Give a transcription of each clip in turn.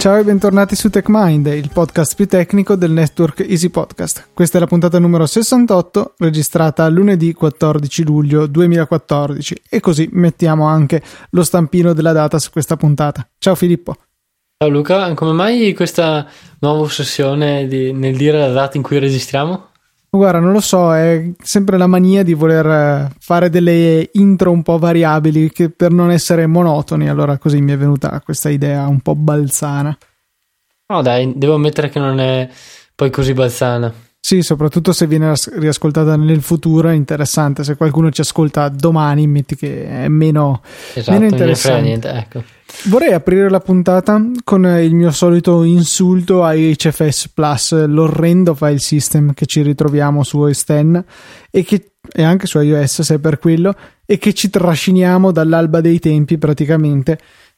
Ciao e bentornati su TechMind, il podcast più tecnico del network Easy Podcast. Questa è la puntata numero 68, registrata lunedì 14 luglio 2014, e così mettiamo anche lo stampino della data su questa puntata. Ciao Filippo. Ciao Luca, come mai questa nuova ossessione nel dire la data in cui registriamo? Guarda, non lo so, è sempre la mania di voler fare delle intro un po' variabili per non essere monotoni, allora così mi è venuta questa idea un po' balzana. No dai, devo ammettere che non è poi così balzana. Sì, soprattutto se viene riascoltata nel futuro è interessante, se qualcuno ci ascolta domani metti che è meno interessante. Niente, ecco. Vorrei aprire la puntata con il mio solito insulto a HFS Plus, l'orrendo file system che ci ritroviamo su OS X e anche su iOS, se è per quello, e che ci trasciniamo dall'alba dei tempi praticamente.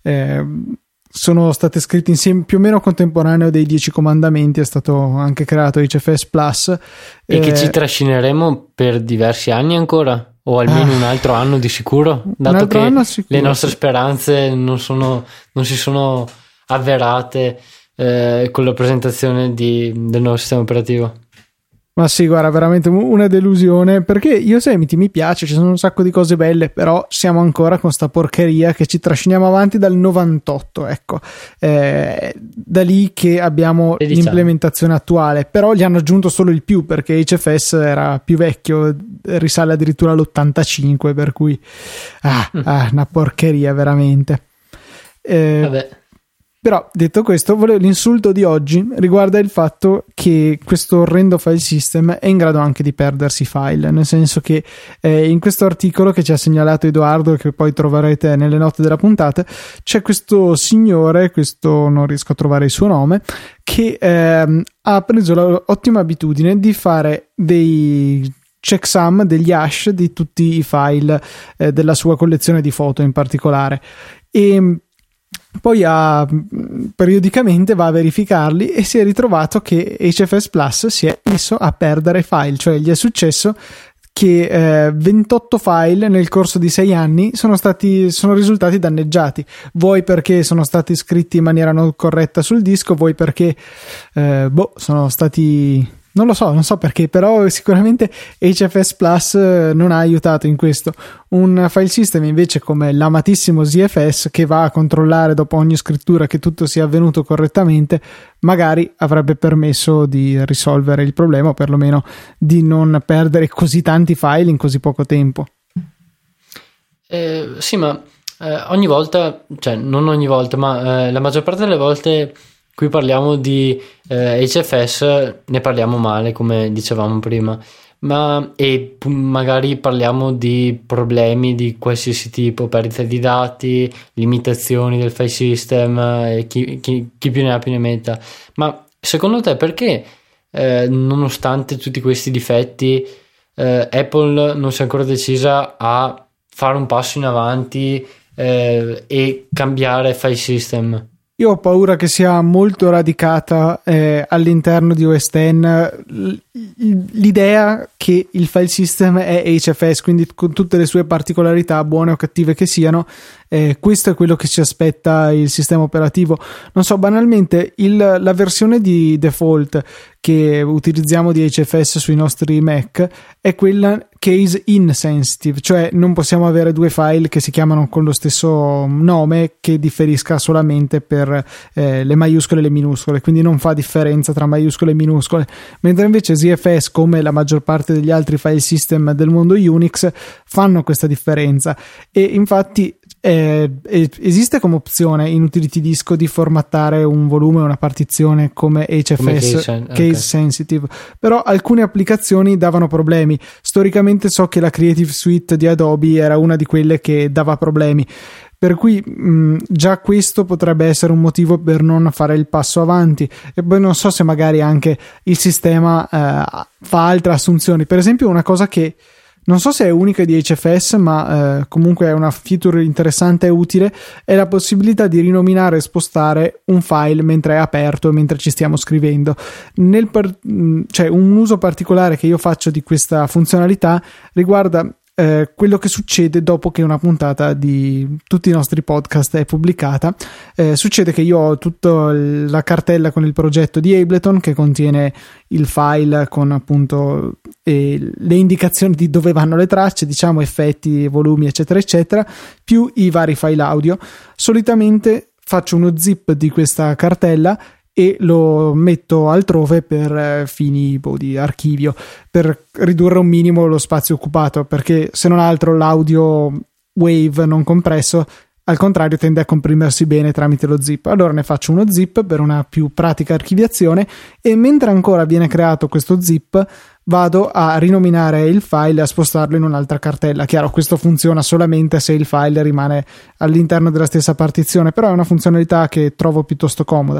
Sono state scritte insieme, più o meno contemporaneo dei 10 comandamenti, è stato anche creato HFS Plus. E che ci trascineremo per diversi anni ancora? O almeno un altro anno di sicuro, dato che le nostre speranze non si sono avverate con la presentazione del nuovo sistema operativo. Ma sì, guarda, veramente una delusione, perché io mi piace, ci sono un sacco di cose belle, però siamo ancora con sta porcheria che ci trasciniamo avanti dal 98, ecco, da lì che abbiamo l'implementazione attuale, però gli hanno aggiunto solo il più, perché HFS era più vecchio, risale addirittura all'85, per cui una porcheria veramente. Vabbè. Però detto questo, l'insulto di oggi riguarda il fatto che questo orrendo file system è in grado anche di perdersi i file, nel senso che in questo articolo che ci ha segnalato Edoardo e che poi troverete nelle note della puntata, c'è questo signore, non riesco a trovare il suo nome, che ha preso l'ottima abitudine di fare dei checksum, degli hash di tutti i file della sua collezione di foto in particolare, e poi periodicamente va a verificarli e si è ritrovato che HFS Plus si è messo a perdere file, cioè gli è successo che 28 file nel corso di 6 anni sono risultati danneggiati, vuoi perché sono stati scritti in maniera non corretta sul disco, vuoi perché sono stati... Non so perché, però sicuramente HFS Plus non ha aiutato in questo. Un file system invece come l'amatissimo ZFS, che va a controllare dopo ogni scrittura che tutto sia avvenuto correttamente, magari avrebbe permesso di risolvere il problema, o perlomeno di non perdere così tanti file in così poco tempo. Sì, ma ogni volta, cioè non ogni volta, ma la maggior parte delle volte qui parliamo di HFS, ne parliamo male come dicevamo prima, e magari parliamo di problemi di qualsiasi tipo, perdita di dati, limitazioni del file system, e chi più ne ha più ne metta. Ma secondo te perché nonostante tutti questi difetti Apple non si è ancora decisa a fare un passo in avanti e cambiare file system? Io ho paura che sia molto radicata all'interno di OS X l'idea che il file system è HFS, quindi con tutte le sue particolarità, buone o cattive che siano, questo è quello che ci aspetta il sistema operativo. Non so, banalmente la versione di default che utilizziamo di HFS sui nostri Mac è quella case insensitive, cioè non possiamo avere due file che si chiamano con lo stesso nome che differisca solamente per le maiuscole e le minuscole, quindi non fa differenza tra maiuscole e minuscole, mentre invece ZFS, come la maggior parte degli altri file system del mondo Unix, fanno questa differenza. E infatti esiste come opzione in utility disco di formattare un volume o una partizione come HFS case sensitive, però alcune applicazioni davano problemi. Storicamente so che la Creative Suite di Adobe era una di quelle che dava problemi, per cui già questo potrebbe essere un motivo per non fare il passo avanti. E poi non so se magari anche il sistema fa altre assunzioni, per esempio una cosa che non so se è unica di HFS, ma comunque è una feature interessante e utile, è la possibilità di rinominare e spostare un file mentre è aperto e mentre ci stiamo scrivendo. Cioè, un uso particolare che io faccio di questa funzionalità riguarda quello che succede dopo che una puntata di tutti i nostri podcast è pubblicata. Succede che io ho tutta la cartella con il progetto di Ableton che contiene il file con appunto le indicazioni di dove vanno le tracce, diciamo effetti, volumi eccetera eccetera, più i vari file audio. Solitamente faccio uno zip di questa cartella e lo metto altrove per fini di archivio, per ridurre un minimo lo spazio occupato, perché se non altro l'audio wave non compresso al contrario tende a comprimersi bene tramite lo zip. Allora ne faccio uno zip per una più pratica archiviazione, e mentre ancora viene creato questo zip vado a rinominare il file e a spostarlo in un'altra cartella. Chiaro, questo funziona solamente se il file rimane all'interno della stessa partizione, però è una funzionalità che trovo piuttosto comoda.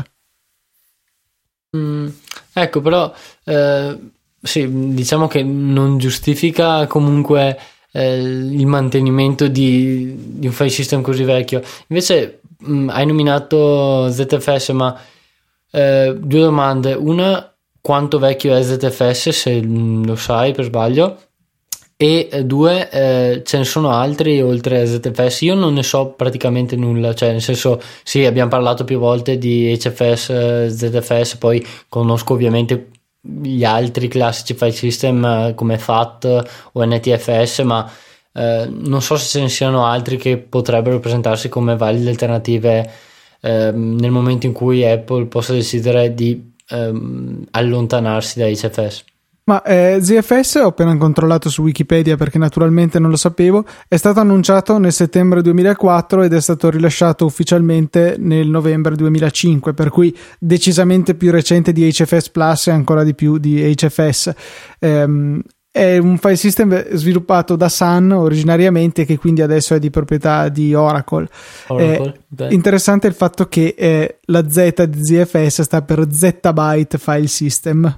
Ecco, però sì, diciamo che non giustifica comunque il mantenimento di un file system così vecchio. Invece hai nominato ZFS, ma due domande: una, quanto vecchio è ZFS, se lo sai per sbaglio, e due, ce ne sono altri oltre a ZFS? Io non ne so praticamente nulla, cioè nel senso, sì, abbiamo parlato più volte di HFS, ZFS, poi conosco ovviamente gli altri classici file system come FAT o NTFS, ma non so se ce ne siano altri che potrebbero presentarsi come valide alternative nel momento in cui Apple possa decidere di allontanarsi da HFS. Ma ZFS, ho appena controllato su Wikipedia perché naturalmente non lo sapevo, è stato annunciato nel settembre 2004 ed è stato rilasciato ufficialmente nel novembre 2005, per cui decisamente più recente di HFS Plus e ancora di più di HFS. È un file system sviluppato da Sun originariamente, che quindi adesso è di proprietà di Oracle. Interessante il fatto che la Z di ZFS sta per Zettabyte File System.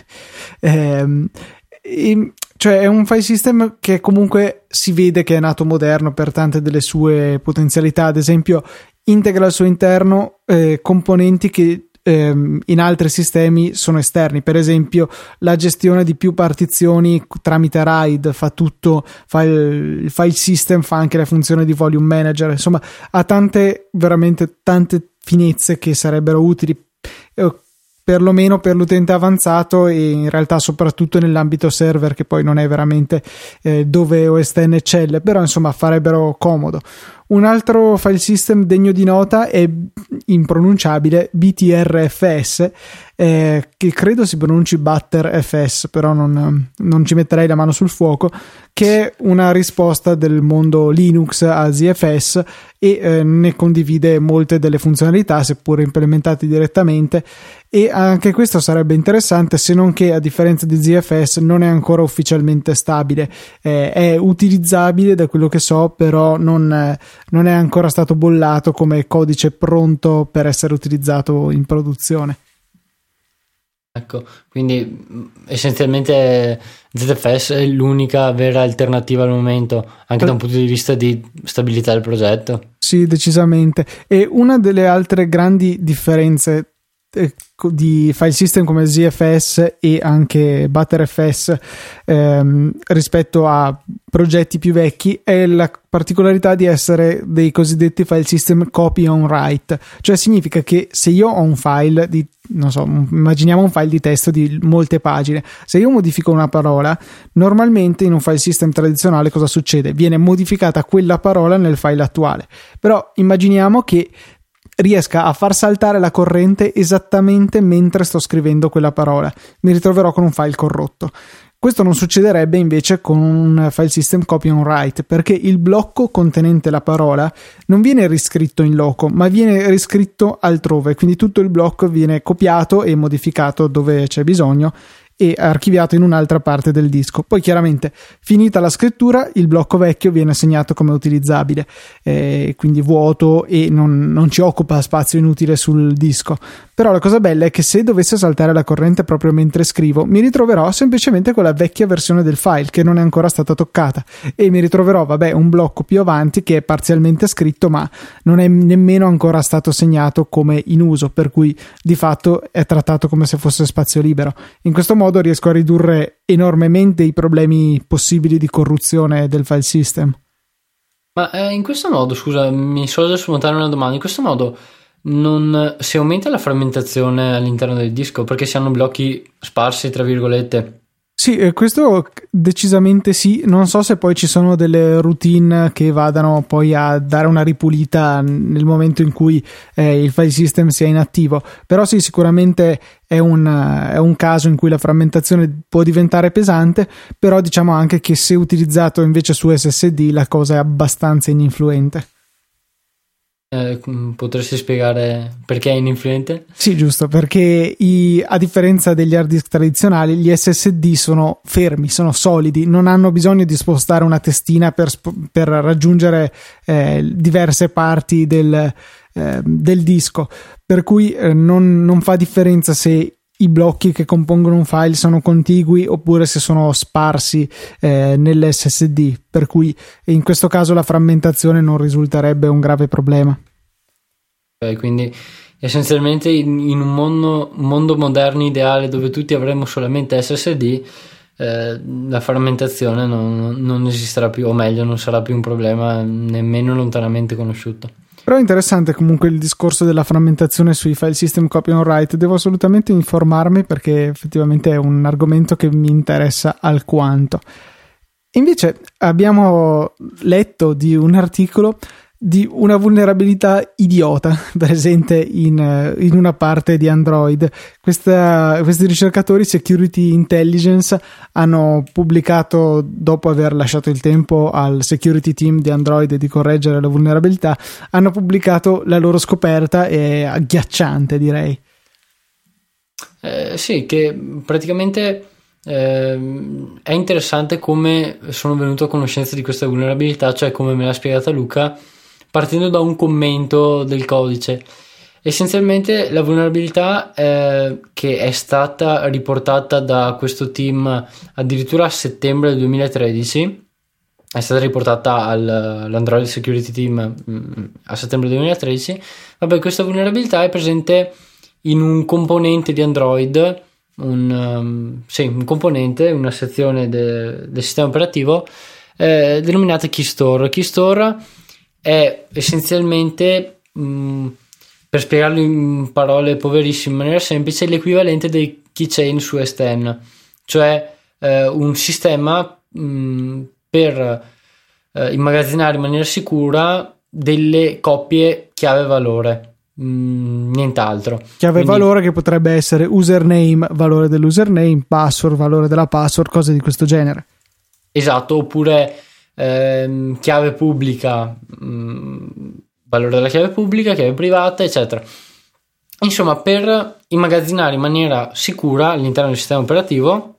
Cioè è un file system che comunque si vede che è nato moderno per tante delle sue potenzialità. Ad esempio integra al suo interno componenti che in altri sistemi sono esterni. Per esempio la gestione di più partizioni tramite RAID, fa tutto, il file system fa anche la funzione di volume manager. Insomma, ha veramente tante finezze che sarebbero utili perlomeno per l'utente avanzato, e in realtà soprattutto nell'ambito server, che poi non è veramente dove OS X eccelle, però insomma farebbero comodo. Un altro file system degno di nota è impronunciabile, BTRFS, che credo si pronunci ButterFS, però non ci metterei la mano sul fuoco, che è una risposta del mondo Linux a ZFS e ne condivide molte delle funzionalità, seppur implementate direttamente. E anche questo sarebbe interessante, se non che a differenza di ZFS non è ancora ufficialmente stabile, è utilizzabile da quello che so, però non è ancora stato bollato come codice pronto per essere utilizzato in produzione. Ecco, quindi essenzialmente ZFS è l'unica vera alternativa al momento, anche da un punto di vista di stabilità del progetto. Sì, decisamente. E una delle altre grandi differenze di file system come ZFS e anche ButterFS rispetto a progetti più vecchi è la particolarità di essere dei cosiddetti file system copy on write. Cioè significa che se io ho un file di, non so, immaginiamo un file di testo di molte pagine, se io modifico una parola, normalmente in un file system tradizionale cosa succede? Viene modificata quella parola nel file attuale, però immaginiamo che riesca a far saltare la corrente esattamente mentre sto scrivendo quella parola. Mi ritroverò con un file corrotto. Questo non succederebbe invece con un file system copy on write, perché il blocco contenente la parola non viene riscritto in loco, ma viene riscritto altrove, quindi tutto il blocco viene copiato e modificato dove c'è bisogno e archiviato in un'altra parte del disco. Poi chiaramente finita la scrittura il blocco vecchio viene segnato come utilizzabile, quindi vuoto, e non ci occupa spazio inutile sul disco. Però la cosa bella è che se dovesse saltare la corrente proprio mentre scrivo, mi ritroverò semplicemente con la vecchia versione del file che non è ancora stata toccata, e mi ritroverò un blocco più avanti che è parzialmente scritto ma non è nemmeno ancora stato segnato come in uso, per cui di fatto è trattato come se fosse spazio libero. In questo modo modo riesco a ridurre enormemente i problemi possibili di corruzione del file system. Ma in questo modo, scusa, mi sorge spontanea una domanda, in questo modo non si aumenta la frammentazione all'interno del disco perché si hanno blocchi sparsi, tra virgolette? Sì, questo decisamente sì. Non so se poi ci sono delle routine che vadano poi a dare una ripulita nel momento in cui il file system sia inattivo, però sì, sicuramente è un caso in cui la frammentazione può diventare pesante, però diciamo anche che se utilizzato invece su SSD la cosa è abbastanza ininfluente. Potresti spiegare perché è ininfluente? Sì, giusto, perché a differenza degli hard disk tradizionali, gli SSD sono fermi, sono solidi, non hanno bisogno di spostare una testina per raggiungere diverse parti del disco, per cui non fa differenza se i blocchi che compongono un file sono contigui oppure se sono sparsi nell'SSD, per cui in questo caso la frammentazione non risulterebbe un grave problema. Quindi essenzialmente in un mondo moderno ideale dove tutti avremo solamente SSD, la frammentazione non esisterà più, o meglio non sarà più un problema nemmeno lontanamente conosciuto. Però è interessante comunque il discorso della frammentazione sui file system copy on write. Devo assolutamente informarmi perché effettivamente è un argomento che mi interessa alquanto. Invece abbiamo letto di un articolo di una vulnerabilità idiota presente in una parte di Android. Questi ricercatori Security Intelligence hanno pubblicato, dopo aver lasciato il tempo al security team di Android di correggere la vulnerabilità, hanno pubblicato la loro scoperta, è agghiacciante, direi. Sì, che praticamente è interessante come sono venuto a conoscenza di questa vulnerabilità, cioè come me l'ha spiegata Luca, partendo da un commento del codice. Essenzialmente la vulnerabilità che è stata riportata da questo team addirittura a settembre del 2013, è stata riportata all'Android Security Team a settembre 2013. Vabbè, questa vulnerabilità è presente in un componente di Android, un componente, una sezione del sistema operativo denominata Keystore. Keystore è essenzialmente, per spiegarlo in parole poverissime, in maniera semplice, l'equivalente dei keychain su S10, cioè un sistema per immagazzinare in maniera sicura delle coppie chiave-valore, nient'altro. Chiave-valore che potrebbe essere username, valore dell'username, password, valore della password, cose di questo genere. Esatto, oppure chiave pubblica, valore della chiave pubblica, chiave privata, eccetera. Insomma, per immagazzinare in maniera sicura all'interno del sistema operativo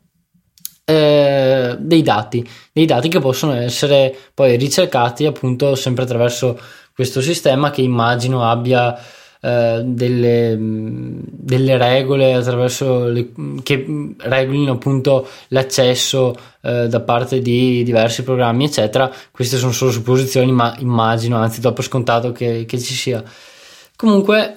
dei dati che possono essere poi ricercati appunto sempre attraverso questo sistema, che immagino abbia delle regole attraverso che regolino appunto l'accesso da parte di diversi programmi, eccetera. Queste sono solo supposizioni, ma immagino, anzi do per scontato che ci sia. Comunque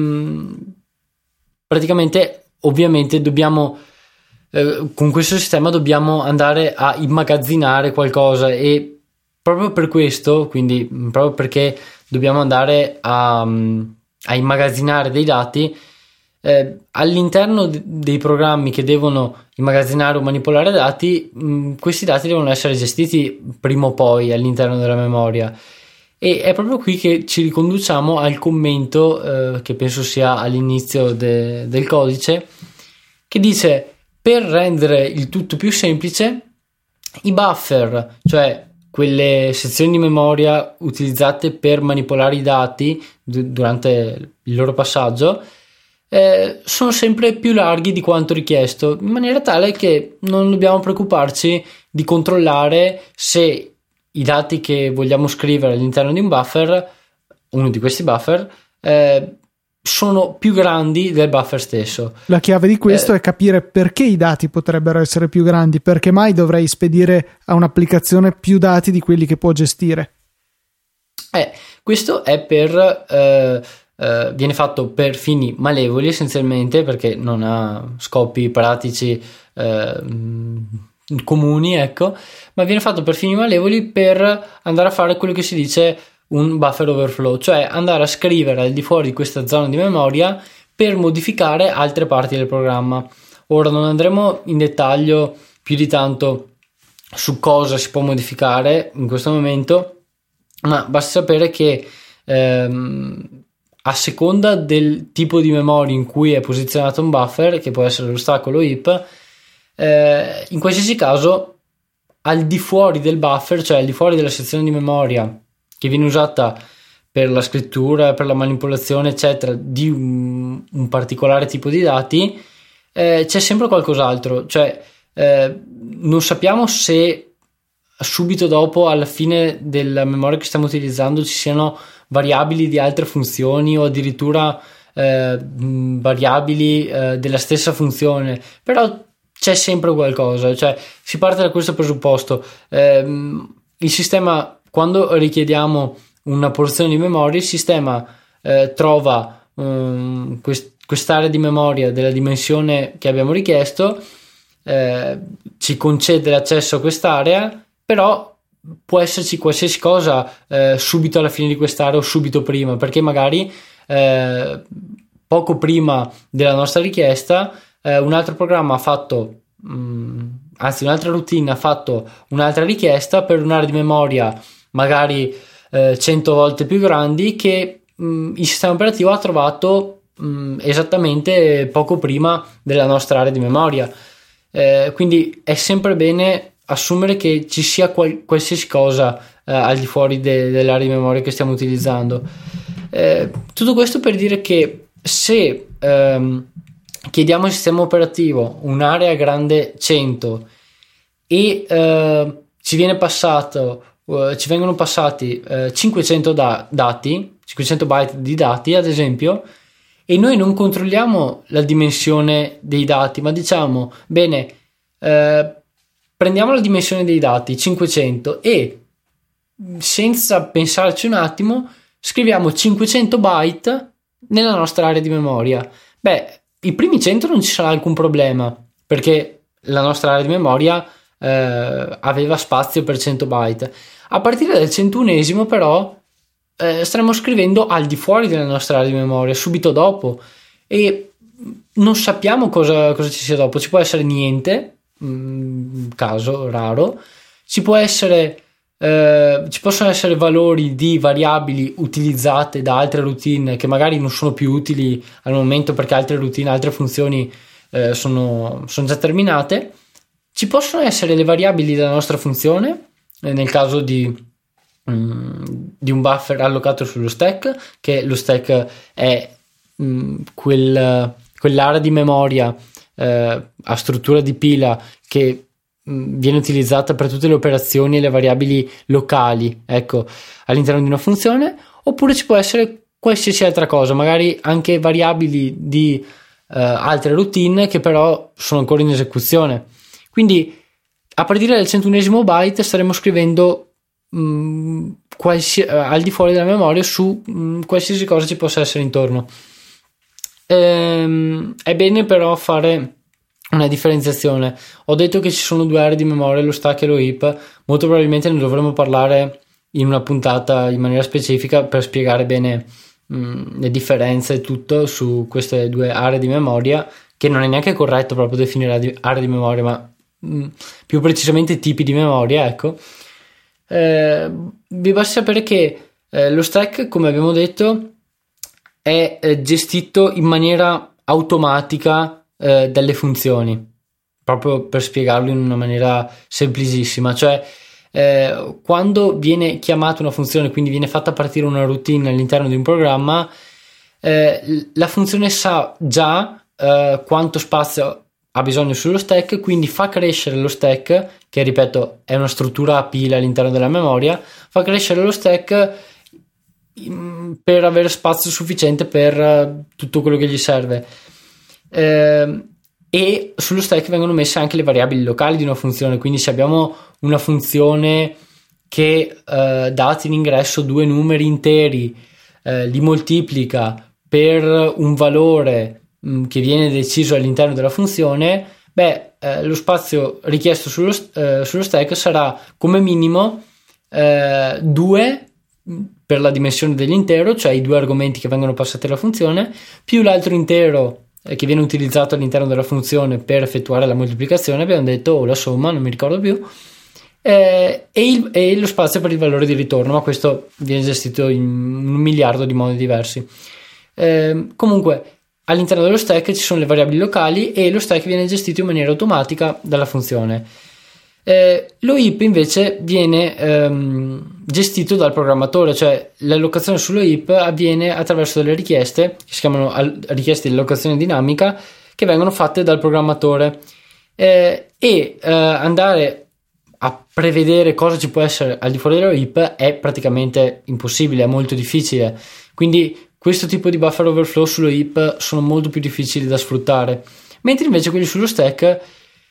praticamente, ovviamente dobbiamo con questo sistema dobbiamo andare a immagazzinare qualcosa, e proprio per questo, quindi proprio perché dobbiamo andare a immagazzinare dei dati, all'interno dei programmi che devono immagazzinare o manipolare dati, questi dati devono essere gestiti prima o poi all'interno della memoria, e è proprio qui che ci riconduciamo al commento che penso sia all'inizio del codice, che dice: per rendere il tutto più semplice, i buffer, cioè quelle sezioni di memoria utilizzate per manipolare i dati durante il loro passaggio, sono sempre più larghi di quanto richiesto, in maniera tale che non dobbiamo preoccuparci di controllare se i dati che vogliamo scrivere all'interno di un buffer, uno di questi buffer, sono più grandi del buffer stesso. La chiave di questo è capire perché i dati potrebbero essere più grandi, perché mai dovrei spedire a un'applicazione più dati di quelli che può gestire. Questo è per viene fatto per fini malevoli essenzialmente, perché non ha scopi pratici comuni, ecco, ma viene fatto per fini malevoli per andare a fare quello che si dice un buffer overflow, cioè andare a scrivere al di fuori di questa zona di memoria per modificare altre parti del programma. Ora non andremo in dettaglio più di tanto su cosa si può modificare in questo momento, ma basta sapere che a seconda del tipo di memoria in cui è posizionato un buffer, che può essere lo stack o lo heap, in qualsiasi caso al di fuori del buffer, cioè al di fuori della sezione di memoria che viene usata per la scrittura, per la manipolazione eccetera di un particolare tipo di dati, c'è sempre qualcos'altro, cioè non sappiamo se subito dopo, alla fine della memoria che stiamo utilizzando, ci siano variabili di altre funzioni o addirittura variabili della stessa funzione, però c'è sempre qualcosa, cioè si parte da questo presupposto. Il sistema, quando richiediamo una porzione di memoria, il sistema trova quest'area di memoria della dimensione che abbiamo richiesto, ci concede l'accesso a quest'area, però può esserci qualsiasi cosa subito alla fine di quest'area o subito prima, perché magari poco prima della nostra richiesta un altro programma ha fatto anzi un'altra routine ha fatto un'altra richiesta per un'area di memoria magari 100 volte più grandi, che il sistema operativo ha trovato esattamente poco prima della nostra area di memoria. Quindi è sempre bene assumere che ci sia qualsiasi cosa al di fuori dell'area di memoria che stiamo utilizzando. Tutto questo per dire che se chiediamo al sistema operativo un'area grande 100 e ci vengono passati 500 dati, 500 byte di dati ad esempio, e noi non controlliamo la dimensione dei dati, ma diciamo bene, prendiamo la dimensione dei dati 500 e senza pensarci un attimo scriviamo 500 byte nella nostra area di memoria. I primi 100 non ci sarà alcun problema, perché la nostra area di memoria aveva spazio per 100 byte. A partire dal 101esimo però staremo scrivendo al di fuori della nostra area di memoria subito dopo, e non sappiamo cosa ci sia dopo. Ci può essere niente, caso raro, ci possono essere valori di variabili utilizzate da altre routine che magari non sono più utili al momento perché altre routine, altre funzioni sono già terminate. Ci possono essere le variabili della nostra funzione, nel caso di un buffer allocato sullo stack, che lo stack è quell'area di memoria a struttura di pila che viene utilizzata per tutte le operazioni e le variabili locali, ecco, all'interno di una funzione. Oppure ci può essere qualsiasi altra cosa, magari anche variabili di altre routine che però sono ancora in esecuzione. Quindi a partire dal 101esimo byte staremo scrivendo al di fuori della memoria su qualsiasi cosa ci possa essere intorno. È bene però fare una differenziazione. Ho detto che ci sono due aree di memoria, lo stack e lo heap. Molto probabilmente ne dovremo parlare in una puntata in maniera specifica per spiegare bene le differenze e tutto su queste due aree di memoria, che non è neanche corretto proprio definire aree di memoria, ma più precisamente tipi di memoria, ecco. Vi basta sapere che lo stack, come abbiamo detto, è gestito in maniera automatica dalle funzioni, proprio per spiegarlo in una maniera semplicissima. Cioè quando viene chiamata una funzione, quindi viene fatta partire una routine all'interno di un programma, la funzione sa già quanto spazio ha bisogno sullo stack, quindi fa crescere lo stack, che ripeto è una struttura a pila all'interno della memoria, fa crescere lo stack per avere spazio sufficiente per tutto quello che gli serve. E sullo stack vengono messe anche le variabili locali di una funzione, quindi se abbiamo una funzione che dati in ingresso due numeri interi, li moltiplica per un valore che viene deciso all'interno della funzione, lo spazio richiesto sullo stack sarà come minimo 2 per la dimensione dell'intero, cioè i 2 argomenti che vengono passati alla funzione, più l'altro intero che viene utilizzato all'interno della funzione per effettuare la moltiplicazione, abbiamo detto, o la somma, non mi ricordo più, e lo spazio per il valore di ritorno, ma questo viene gestito in 1 miliardo di modi diversi. Comunque all'interno dello stack ci sono le variabili locali e lo stack viene gestito in maniera automatica dalla funzione. Lo heap invece viene gestito dal programmatore, cioè l'allocazione sullo heap avviene attraverso delle richieste che si chiamano richieste di allocazione dinamica, che vengono fatte dal programmatore, e andare a prevedere cosa ci può essere al di fuori dello heap è praticamente impossibile, è molto difficile. Quindi questo tipo di buffer overflow sullo heap sono molto più difficili da sfruttare, mentre invece quelli sullo stack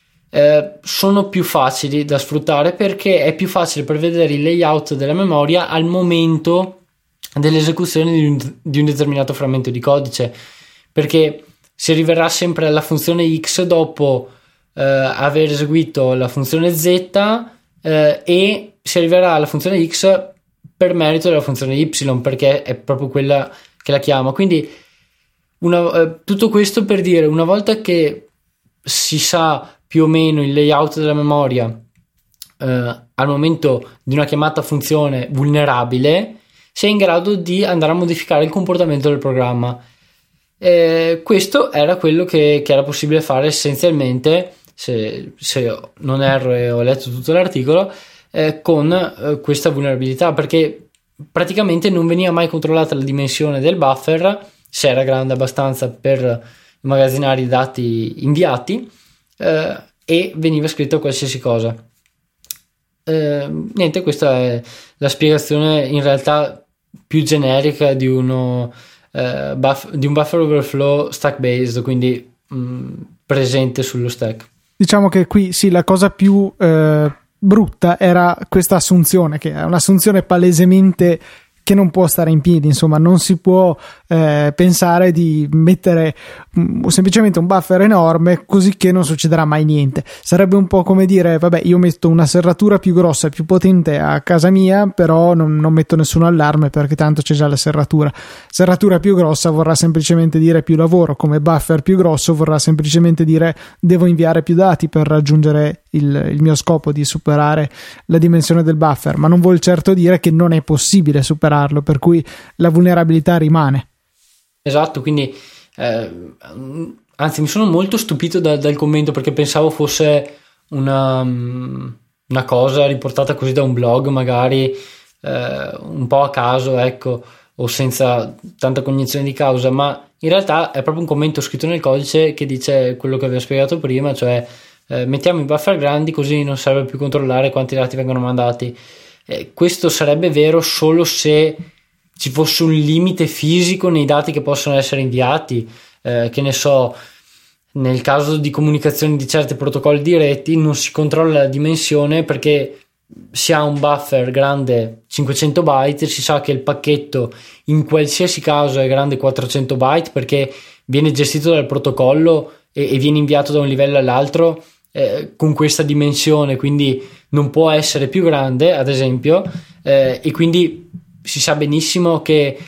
sono più facili da sfruttare, perché è più facile prevedere il layout della memoria al momento dell'esecuzione di un determinato frammento di codice, perché si arriverà sempre alla funzione X dopo aver eseguito la funzione Z, e si arriverà alla funzione X per merito della funzione Y, perché è proprio quella che la chiama. Quindi tutto questo per dire, una volta che si sa più o meno il layout della memoria al momento di una chiamata funzione vulnerabile, si è in grado di andare a modificare il comportamento del programma. Questo era quello che era possibile fare essenzialmente, se non erro e ho letto tutto l'articolo, con questa vulnerabilità, perché praticamente non veniva mai controllata la dimensione del buffer, se era grande abbastanza per immagazzinare i dati inviati, e veniva scritto qualsiasi cosa. Niente, questa è la spiegazione in realtà più generica di un buffer overflow stack based, quindi presente sullo stack. Diciamo che qui sì, la cosa più brutta era questa assunzione, che è un'assunzione palesemente che non può stare in piedi. Insomma, non si può pensare di mettere semplicemente un buffer enorme così che non succederà mai niente. Sarebbe un po' come dire, vabbè, io metto una serratura più grossa e più potente a casa mia, però non metto nessun allarme perché tanto c'è già la serratura più grossa vorrà semplicemente dire più lavoro, come buffer più grosso vorrà semplicemente dire devo inviare più dati per raggiungere il mio scopo di superare la dimensione del buffer, ma non vuol certo dire che non è possibile superarlo, per cui la vulnerabilità rimane. Esatto, quindi anzi mi sono molto stupito dal commento, perché pensavo fosse una cosa riportata così da un blog, magari un po' a caso, ecco, o senza tanta cognizione di causa, ma in realtà è proprio un commento scritto nel codice che dice quello che avevo spiegato prima, cioè mettiamo i buffer grandi così non serve più controllare quanti dati vengono mandati. Questo sarebbe vero solo se ci fosse un limite fisico nei dati che possono essere inviati, che ne so, nel caso di comunicazione di certi protocolli diretti non si controlla la dimensione, perché si ha un buffer grande 500 byte, si sa che il pacchetto in qualsiasi caso è grande 400 byte perché viene gestito dal protocollo e viene inviato da un livello all'altro con questa dimensione, quindi non può essere più grande, ad esempio, e quindi si sa benissimo che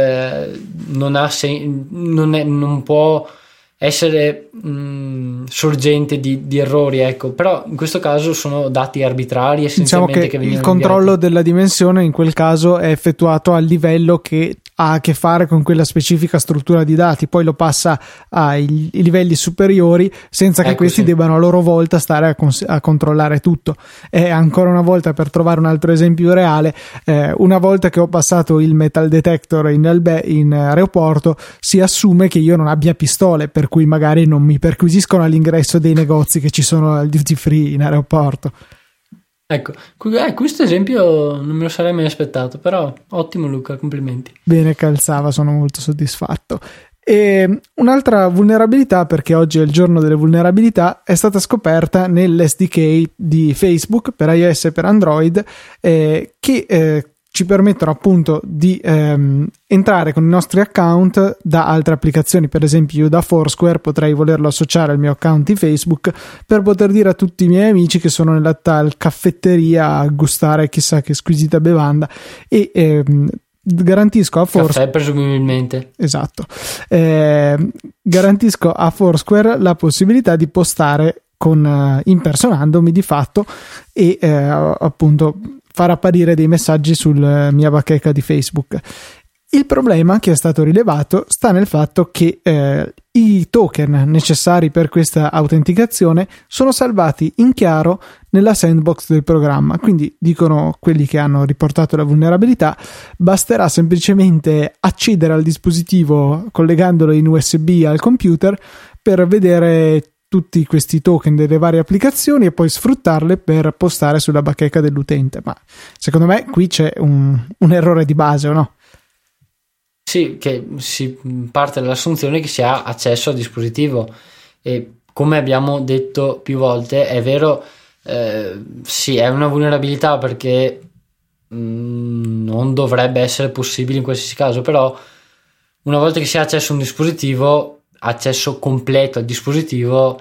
non può essere sorgente di errori, ecco. Però in questo caso sono dati arbitrari essenzialmente, diciamo che vengono il controllo inviati. della dimensione in quel caso è effettuato al livello che ha a che fare con quella specifica struttura di dati, poi lo passa ai livelli superiori senza che questi debbano a loro volta stare a controllare tutto. E ancora una volta, per trovare un altro esempio reale, una volta che ho passato il metal detector in aeroporto, si assume che io non abbia pistole, per cui magari non mi perquisiscono all'ingresso dei negozi che ci sono al duty free in aeroporto. Ecco, questo esempio non me lo sarei mai aspettato, però ottimo Luca, complimenti. Bene, calzava, sono molto soddisfatto. E un'altra vulnerabilità, perché oggi è il giorno delle vulnerabilità, è stata scoperta nell'SDK di Facebook per iOS e per Android, che ci ci permettono appunto di entrare con i nostri account da altre applicazioni. Per esempio, io da Foursquare potrei volerlo associare al mio account di Facebook per poter dire a tutti i miei amici che sono nella tal caffetteria a gustare chissà che squisita bevanda, e garantisco a Foursquare, caffè presumibilmente, esatto, garantisco a Foursquare la possibilità di postare impersonandomi di fatto, e appunto far apparire dei messaggi sul mia bacheca di Facebook. Il problema che è stato rilevato sta nel fatto che i token necessari per questa autenticazione sono salvati in chiaro nella sandbox del programma. Quindi, dicono quelli che hanno riportato la vulnerabilità, basterà semplicemente accedere al dispositivo collegandolo in USB al computer per vedere tutti questi token delle varie applicazioni e poi sfruttarle per postare sulla bacheca dell'utente. Ma secondo me qui c'è un errore di base, o no? Sì, che si parte dall'assunzione che si ha accesso al dispositivo, e come abbiamo detto più volte è vero, sì, è una vulnerabilità perché non dovrebbe essere possibile in qualsiasi caso, però una volta che si ha accesso a un dispositivo, accesso completo al dispositivo,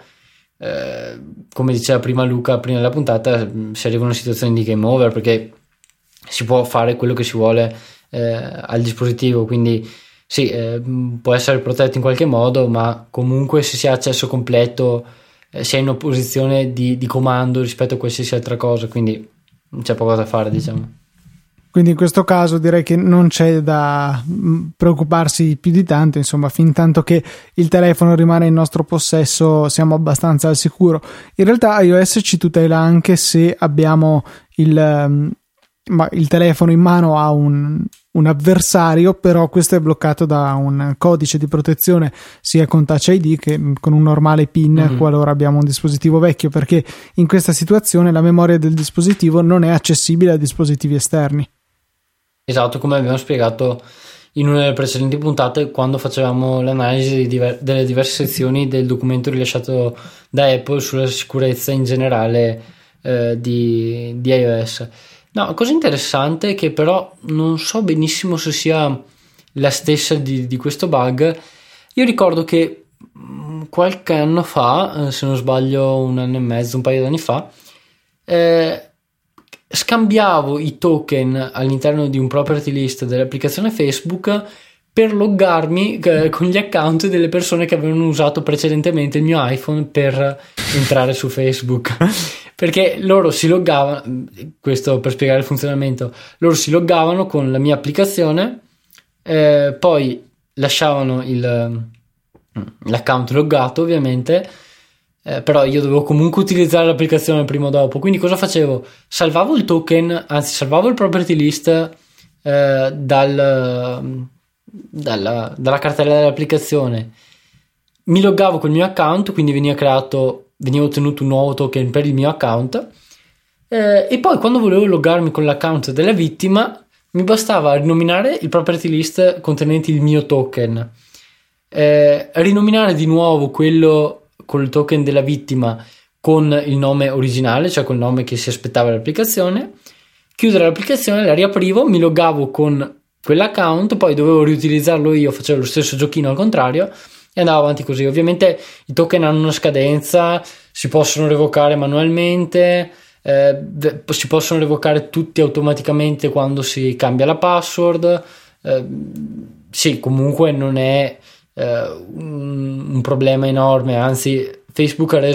come diceva prima Luca prima della puntata, si arriva a una situazione di game over perché si può fare quello che si vuole al dispositivo. Quindi sì, può essere protetto in qualche modo, ma comunque se si ha accesso completo si è in una posizione di comando rispetto a qualsiasi altra cosa, quindi c'è poco da fare, diciamo. Quindi in questo caso direi che non c'è da preoccuparsi più di tanto, insomma, fin tanto che il telefono rimane in nostro possesso siamo abbastanza al sicuro. In realtà iOS ci tutela anche se abbiamo il telefono in mano a un avversario, però questo è bloccato da un codice di protezione sia con Touch ID che con un normale PIN qualora abbiamo un dispositivo vecchio, perché in questa situazione la memoria del dispositivo non è accessibile a dispositivi esterni. Esatto, come abbiamo spiegato in una delle precedenti puntate quando facevamo l'analisi delle diverse sezioni del documento rilasciato da Apple sulla sicurezza in generale di iOS. No, cosa interessante che però non so benissimo se sia la stessa di questo bug. Io ricordo che qualche anno fa, se non sbaglio un anno e mezzo, un paio di anni fa, scambiavo i token all'interno di un property list dell'applicazione Facebook per loggarmi con gli account delle persone che avevano usato precedentemente il mio iPhone per entrare su Facebook. Perché loro si loggavano, questo per spiegare il funzionamento, loro si loggavano con la mia applicazione, poi lasciavano l'account loggato ovviamente, però io dovevo comunque utilizzare l'applicazione prima o dopo. Quindi cosa facevo? Salvavo il token, anzi salvavo il property list dalla cartella dell'applicazione, mi loggavo col mio account, quindi veniva ottenuto un nuovo token per il mio account, e poi quando volevo loggarmi con l'account della vittima mi bastava rinominare il property list contenente il mio token, rinominare di nuovo quello col token della vittima con il nome originale, cioè col nome che si aspettava l'applicazione, chiudere l'applicazione, la riaprivo, mi loggavo con quell'account, poi dovevo riutilizzarlo io, facevo lo stesso giochino al contrario e andavo avanti così. Ovviamente i token hanno una scadenza, si possono revocare manualmente, si possono revocare tutti automaticamente quando si cambia la password. Sì, comunque non è un problema enorme, anzi Facebook ha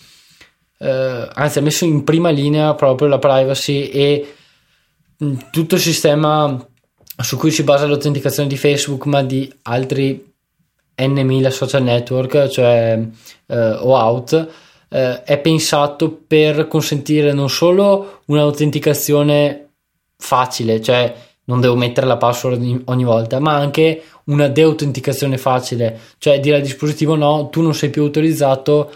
messo in prima linea proprio la privacy e tutto il sistema su cui si basa l'autenticazione di Facebook, ma di altri N.000 social network, cioè OAuth, è pensato per consentire non solo un'autenticazione facile, cioè non devo mettere la password ogni volta, ma anche una deautenticazione facile, cioè dire al dispositivo no, tu non sei più autorizzato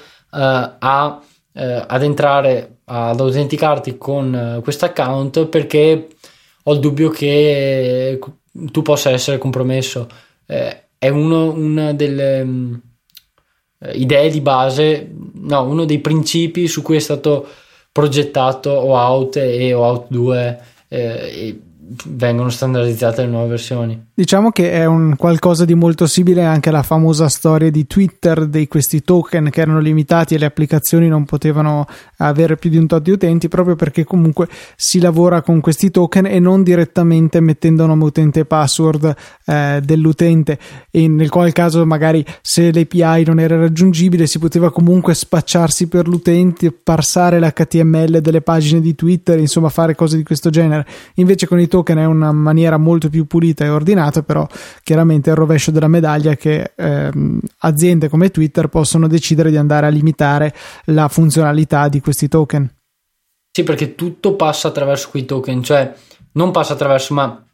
ad entrare, ad autenticarti con questo account perché ho il dubbio che tu possa essere compromesso. È una delle idee di base, no, uno dei principi su cui è stato progettato OAuth e OAuth 2, vengono standardizzate le nuove versioni. Diciamo che è un qualcosa di molto simile anche alla famosa storia di Twitter, di questi token che erano limitati e le applicazioni non potevano avere più di un tot di utenti, proprio perché comunque si lavora con questi token e non direttamente mettendo nome utente e password dell'utente, e nel qual caso magari se l'API non era raggiungibile si poteva comunque spacciarsi per l'utente, parsare l'HTML delle pagine di Twitter, insomma fare cose di questo genere. Invece con i token è una maniera molto più pulita e ordinata, però chiaramente è il rovescio della medaglia che aziende come Twitter possono decidere di andare a limitare la funzionalità di questi token. Sì, perché tutto passa attraverso quei token, cioè non passa attraverso, ma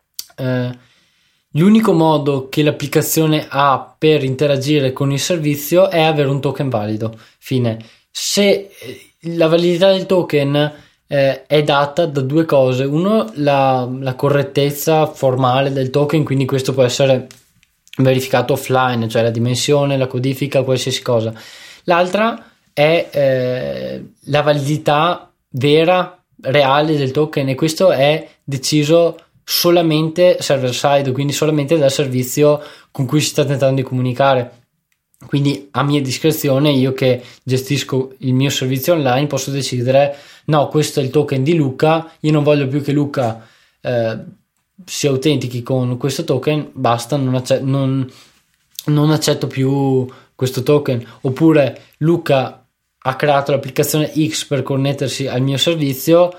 l'unico modo che l'applicazione ha per interagire con il servizio è avere un token valido. Fine. Se la validità del token è data da due cose: uno, la correttezza formale del token, quindi questo può essere verificato offline, cioè la dimensione, la codifica, qualsiasi cosa. L'altra è la validità vera, reale del token, e questo è deciso solamente server side, quindi solamente dal servizio con cui si sta tentando di comunicare. Quindi a mia discrezione, io che gestisco il mio servizio online, posso decidere: no, questo è il token di Luca, io non voglio più che Luca si autentichi con questo token, basta, non accetto più questo token. Oppure Luca ha creato l'applicazione X per connettersi al mio servizio,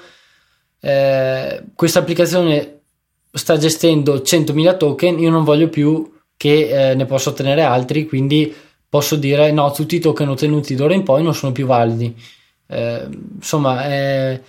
questa applicazione sta gestendo 100.000 token, io non voglio più che ne possa ottenere altri, quindi posso dire: no, tutti i token ottenuti d'ora in poi non sono più validi. Insomma, è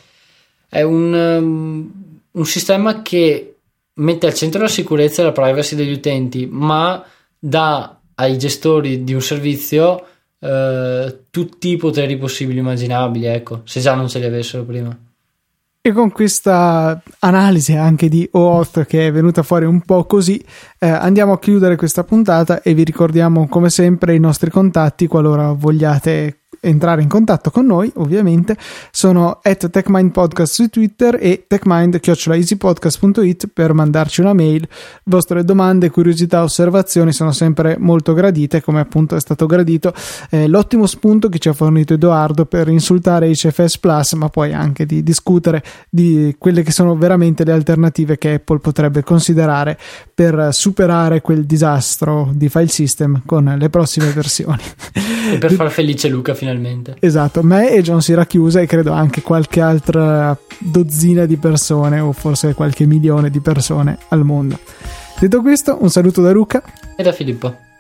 un sistema che mette al centro la sicurezza e la privacy degli utenti, ma dà ai gestori di un servizio tutti i poteri possibili e immaginabili, ecco, se già non ce li avessero prima. E con questa analisi anche di OAuth che è venuta fuori un po' così, andiamo a chiudere questa puntata e vi ricordiamo come sempre i nostri contatti qualora vogliate entrare in contatto con noi. Ovviamente sono @techmindpodcast su Twitter e techmind@easypodcast.it per mandarci una mail. Vostre domande, curiosità, osservazioni sono sempre molto gradite, come appunto è stato gradito l'ottimo spunto che ci ha fornito Edoardo per insultare HFS Plus, ma poi anche di discutere di quelle che sono veramente le alternative che Apple potrebbe considerare per superare quel disastro di file system con le prossime versioni. E per far felice Luca finalmente. Esatto, me e John Siracusa e credo anche qualche altra dozzina di persone, o forse qualche milione di persone al mondo. Detto questo, un saluto da Luca e da Filippo.